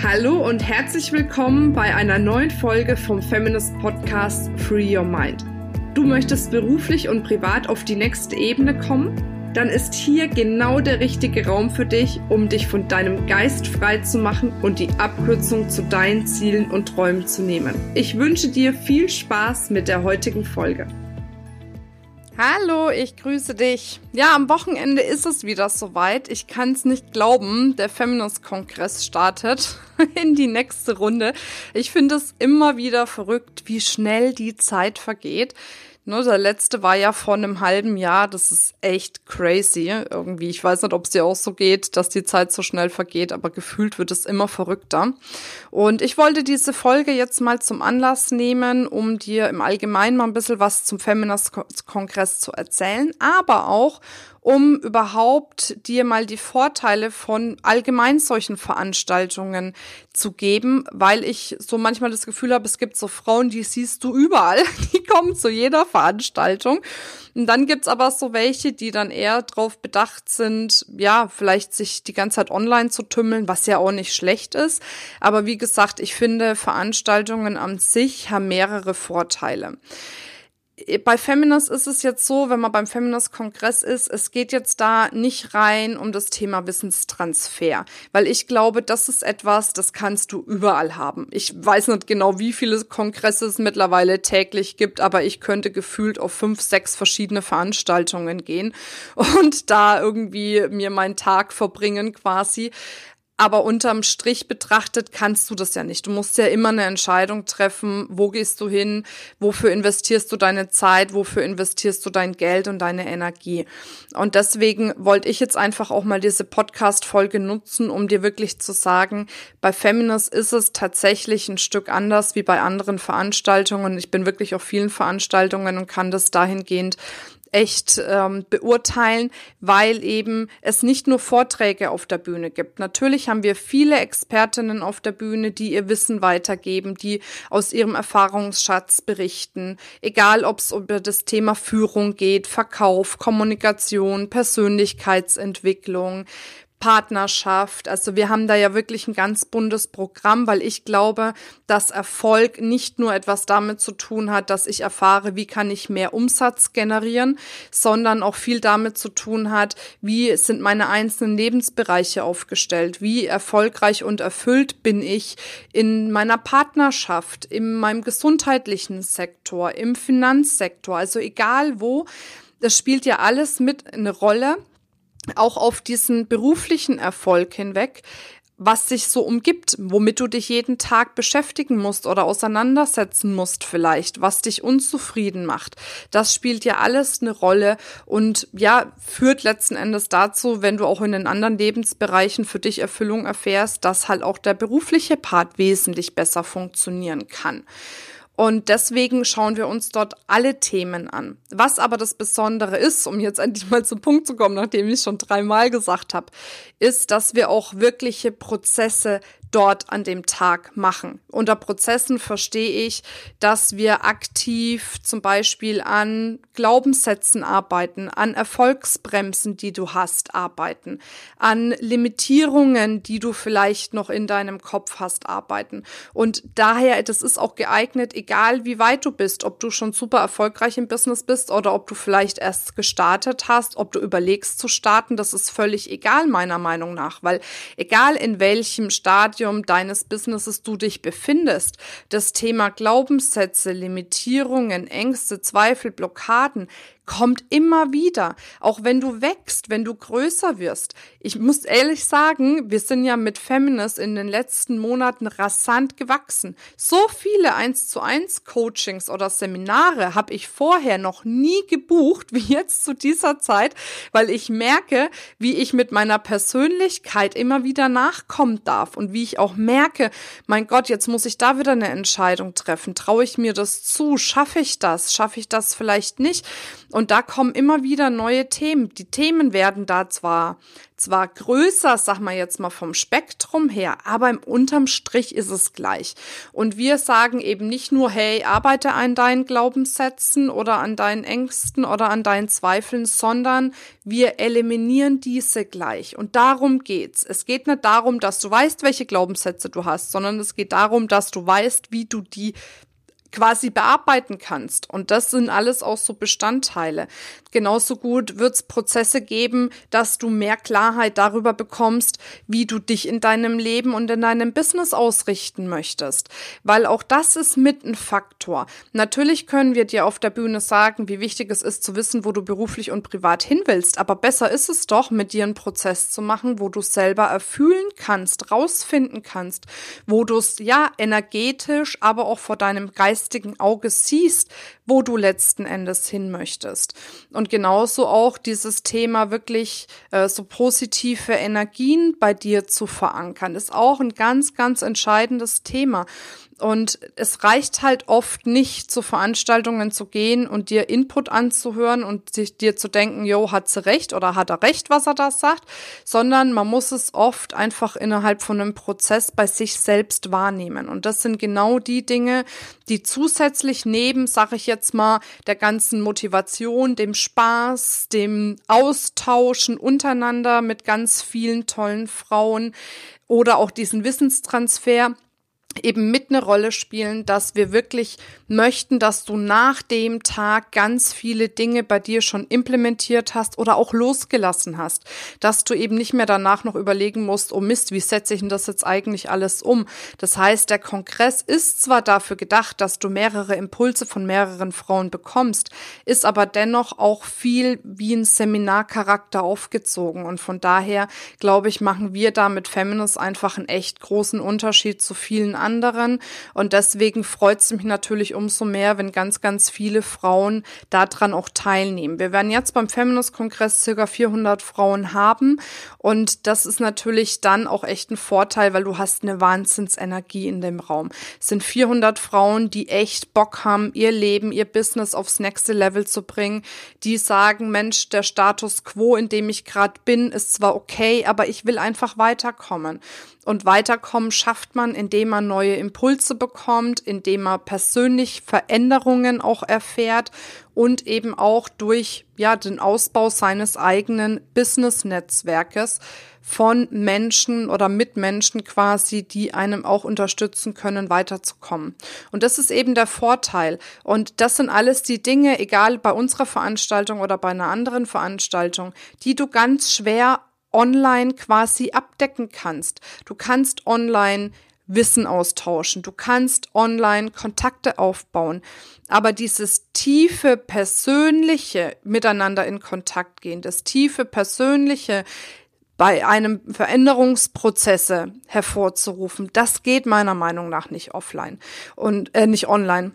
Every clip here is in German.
Hallo und herzlich willkommen bei einer neuen Folge vom Feminist Podcast Free Your Mind. Du möchtest beruflich und privat auf die nächste Ebene kommen? Dann ist hier genau der richtige Raum für dich, um dich von deinem Geist frei zu machen und die Abkürzung zu deinen Zielen und Träumen zu nehmen. Ich wünsche dir viel Spaß mit der heutigen Folge. Hallo, ich grüße dich. Ja, am Wochenende ist es wieder soweit. Ich kann es nicht glauben, der Feminist-Kongress startet in die nächste Runde. Ich finde es immer wieder verrückt, wie schnell die Zeit vergeht. Der letzte war ja vor einem halben Jahr, das ist echt crazy irgendwie. Ich weiß nicht, ob es dir auch so geht, dass die Zeit so schnell vergeht, aber gefühlt wird es immer verrückter. Und ich wollte diese Folge jetzt mal zum Anlass nehmen, um dir im Allgemeinen mal ein bisschen was zum Feminist-Kongress zu erzählen, aber auch um überhaupt dir mal die Vorteile von allgemein solchen Veranstaltungen zu geben, weil ich so manchmal das Gefühl habe, es gibt so Frauen, die siehst du überall, die kommen zu jeder Veranstaltung. Und dann gibt's aber so welche, die dann eher drauf bedacht sind, ja, vielleicht sich die ganze Zeit online zu tümmeln, was ja auch nicht schlecht ist. Aber wie gesagt, ich finde, Veranstaltungen an sich haben mehrere Vorteile. Bei Feminist ist es jetzt so, wenn man beim Feminist-Kongress ist, es geht jetzt da nicht rein um das Thema Wissenstransfer, weil ich glaube, das ist etwas, das kannst du überall haben. Ich weiß nicht genau, wie viele Kongresse es mittlerweile täglich gibt, aber ich könnte gefühlt auf 5, 6 verschiedene Veranstaltungen gehen und da irgendwie mir meinen Tag verbringen quasi. Aber unterm Strich betrachtet kannst du das ja nicht. Du musst ja immer eine Entscheidung treffen, wo gehst du hin, wofür investierst du deine Zeit, wofür investierst du dein Geld und deine Energie. Und deswegen wollte ich jetzt einfach auch mal diese Podcast-Folge nutzen, um dir wirklich zu sagen, bei Feminist ist es tatsächlich ein Stück anders wie bei anderen Veranstaltungen. Ich bin wirklich auf vielen Veranstaltungen und kann das dahingehend echt beurteilen, weil eben es nicht nur Vorträge auf der Bühne gibt. Natürlich haben wir viele Expertinnen auf der Bühne, die ihr Wissen weitergeben, die aus ihrem Erfahrungsschatz berichten, egal ob es über das Thema Führung geht, Verkauf, Kommunikation, Persönlichkeitsentwicklung, Partnerschaft. Also wir haben da ja wirklich ein ganz buntes Programm, weil ich glaube, dass Erfolg nicht nur etwas damit zu tun hat, dass ich erfahre, wie kann ich mehr Umsatz generieren, sondern auch viel damit zu tun hat, wie sind meine einzelnen Lebensbereiche aufgestellt, wie erfolgreich und erfüllt bin ich in meiner Partnerschaft, in meinem gesundheitlichen Sektor, im Finanzsektor, also egal wo, das spielt ja alles mit eine Rolle, auch auf diesen beruflichen Erfolg hinweg, was sich so umgibt, womit du dich jeden Tag beschäftigen musst oder auseinandersetzen musst vielleicht, was dich unzufrieden macht. Das spielt ja alles eine Rolle und ja, führt letzten Endes dazu, wenn du auch in den anderen Lebensbereichen für dich Erfüllung erfährst, dass halt auch der berufliche Part wesentlich besser funktionieren kann. Und deswegen schauen wir uns dort alle Themen an. Was aber das Besondere ist, um jetzt endlich mal zum Punkt zu kommen, nachdem ich es schon 3-mal gesagt habe, ist, dass wir auch wirkliche Prozesse dort an dem Tag machen. Unter Prozessen verstehe ich, dass wir aktiv zum Beispiel an Glaubenssätzen arbeiten, an Erfolgsbremsen, die du hast, arbeiten, an Limitierungen, die du vielleicht noch in deinem Kopf hast, arbeiten. Und daher, das ist auch geeignet, egal wie weit du bist, ob du schon super erfolgreich im Business bist oder ob du vielleicht erst gestartet hast, ob du überlegst zu starten, das ist völlig egal meiner Meinung nach, weil egal in welchem Stadium deines Businesses du dich befindest, das Thema Glaubenssätze, Limitierungen, Ängste, Zweifel, Blockaden kommt immer wieder, auch wenn du wächst, wenn du größer wirst. Ich muss ehrlich sagen, wir sind ja mit Feminist in den letzten Monaten rasant gewachsen. So viele 1:1 Coachings oder Seminare habe ich vorher noch nie gebucht, wie jetzt zu dieser Zeit, weil ich merke, wie ich mit meiner Persönlichkeit immer wieder nachkommen darf und wie ich auch merke, mein Gott, jetzt muss ich da wieder eine Entscheidung treffen. Traue ich mir das zu? Schaffe ich das? Schaffe ich das vielleicht nicht? Und da kommen immer wieder neue Themen. Die Themen werden da zwar größer, sag mal jetzt mal vom Spektrum her, aber im unterm Strich ist es gleich. Und wir sagen eben nicht nur, hey, arbeite an deinen Glaubenssätzen oder an deinen Ängsten oder an deinen Zweifeln, sondern wir eliminieren diese gleich. Und darum geht's. Es geht nicht darum, dass du weißt, welche Glaubenssätze du hast, sondern es geht darum, dass du weißt, wie du die quasi bearbeiten kannst. Und das sind alles auch so Bestandteile. Genauso gut wird es Prozesse geben, dass du mehr Klarheit darüber bekommst, wie du dich in deinem Leben und in deinem Business ausrichten möchtest. Weil auch das ist mit ein Faktor. Natürlich können wir dir auf der Bühne sagen, wie wichtig es ist zu wissen, wo du beruflich und privat hin willst. Aber besser ist es doch, mit dir einen Prozess zu machen, wo du es selber erfühlen kannst, rausfinden kannst, wo du es ja energetisch, aber auch vor deinem geistigen Auge siehst, wo du letzten Endes hin möchtest. Und genauso auch dieses Thema wirklich so positive Energien bei dir zu verankern, ist auch ein ganz, ganz entscheidendes Thema. Und es reicht halt oft nicht, zu Veranstaltungen zu gehen und dir Input anzuhören und sich dir zu denken, jo, hat sie recht oder hat er recht, was er da sagt, sondern man muss es oft einfach innerhalb von einem Prozess bei sich selbst wahrnehmen. Und das sind genau die Dinge, die zusätzlich neben, sage ich jetzt mal, der ganzen Motivation, dem Spaß, dem Austauschen untereinander mit ganz vielen tollen Frauen oder auch diesen Wissenstransfer eben mit eine Rolle spielen, dass wir wirklich möchten, dass du nach dem Tag ganz viele Dinge bei dir schon implementiert hast oder auch losgelassen hast, dass du eben nicht mehr danach noch überlegen musst, oh Mist, wie setze ich denn das jetzt eigentlich alles um? Das heißt, der Kongress ist zwar dafür gedacht, dass du mehrere Impulse von mehreren Frauen bekommst, ist aber dennoch auch viel wie ein Seminarcharakter aufgezogen und von daher, glaube ich, machen wir da mit Feminist einfach einen echt großen Unterschied zu vielen anderen und deswegen freut es mich natürlich umso mehr, wenn ganz, ganz viele Frauen daran auch teilnehmen. Wir werden jetzt beim Feminist-Kongress ca. 400 Frauen haben und das ist natürlich dann auch echt ein Vorteil, weil du hast eine Wahnsinnsenergie in dem Raum. Es sind 400 Frauen, die echt Bock haben, ihr Leben, ihr Business aufs nächste Level zu bringen, die sagen, Mensch, der Status quo, in dem ich gerade bin, ist zwar okay, aber ich will einfach weiterkommen. Und weiterkommen schafft man, indem man neue Impulse bekommt, indem man persönlich Veränderungen auch erfährt und eben auch durch den Ausbau seines eigenen Business-Netzwerkes von Menschen oder mit Menschen quasi, die einem auch unterstützen können, weiterzukommen. Und das ist eben der Vorteil. Und das sind alles die Dinge, egal bei unserer Veranstaltung oder bei einer anderen Veranstaltung, die du ganz schwer online quasi abdecken kannst. Du kannst online Wissen austauschen, du kannst online Kontakte aufbauen, aber dieses tiefe persönliche Miteinander in Kontakt gehen, das tiefe persönliche bei einem Veränderungsprozesse hervorzurufen, das geht meiner Meinung nach nicht offline und nicht online.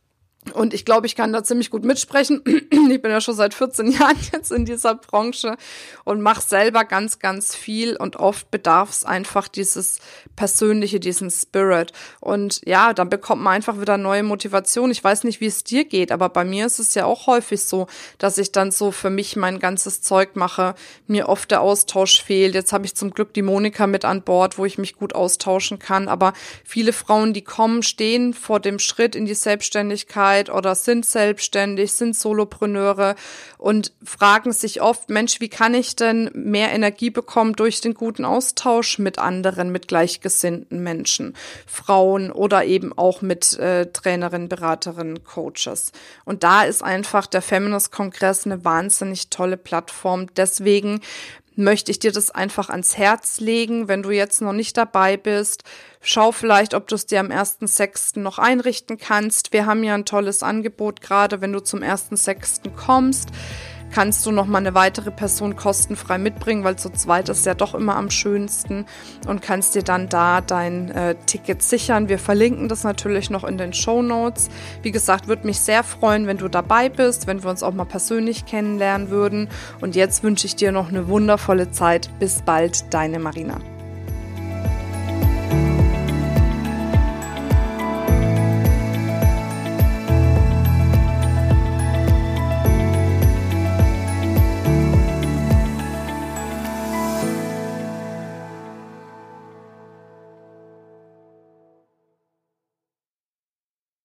Und ich glaube, ich kann da ziemlich gut mitsprechen. Ich bin ja schon seit 14 Jahren jetzt in dieser Branche und mache selber ganz, ganz viel und oft bedarf es einfach dieses Persönliche, diesen Spirit. Und ja, dann bekommt man einfach wieder neue Motivation. Ich weiß nicht, wie es dir geht, aber bei mir ist es ja auch häufig so, dass ich dann so für mich mein ganzes Zeug mache, mir oft der Austausch fehlt. Jetzt habe ich zum Glück die Monika mit an Bord, wo ich mich gut austauschen kann. Aber viele Frauen, die kommen, stehen vor dem Schritt in die Selbstständigkeit oder sind selbstständig, sind Solopreneure und fragen sich oft, Mensch, wie kann ich denn mehr Energie bekommen durch den guten Austausch mit anderen, mit gleichgesinnten Menschen, Frauen oder eben auch mit Trainerinnen, Beraterinnen, Coaches. Und da ist einfach der Feminist-Kongress eine wahnsinnig tolle Plattform. Deswegen möchte ich dir das einfach ans Herz legen, wenn du jetzt noch nicht dabei bist. Schau vielleicht, ob du es dir am 1.6. noch einrichten kannst. Wir haben ja ein tolles Angebot, gerade wenn du zum 1.6. kommst. Kannst du noch mal eine weitere Person kostenfrei mitbringen, weil zu zweit ist ja doch immer am schönsten und kannst dir dann da dein Ticket sichern. Wir verlinken das natürlich noch in den Shownotes. Wie gesagt, würde mich sehr freuen, wenn du dabei bist, wenn wir uns auch mal persönlich kennenlernen würden. Und jetzt wünsche ich dir noch eine wundervolle Zeit. Bis bald, deine Marina.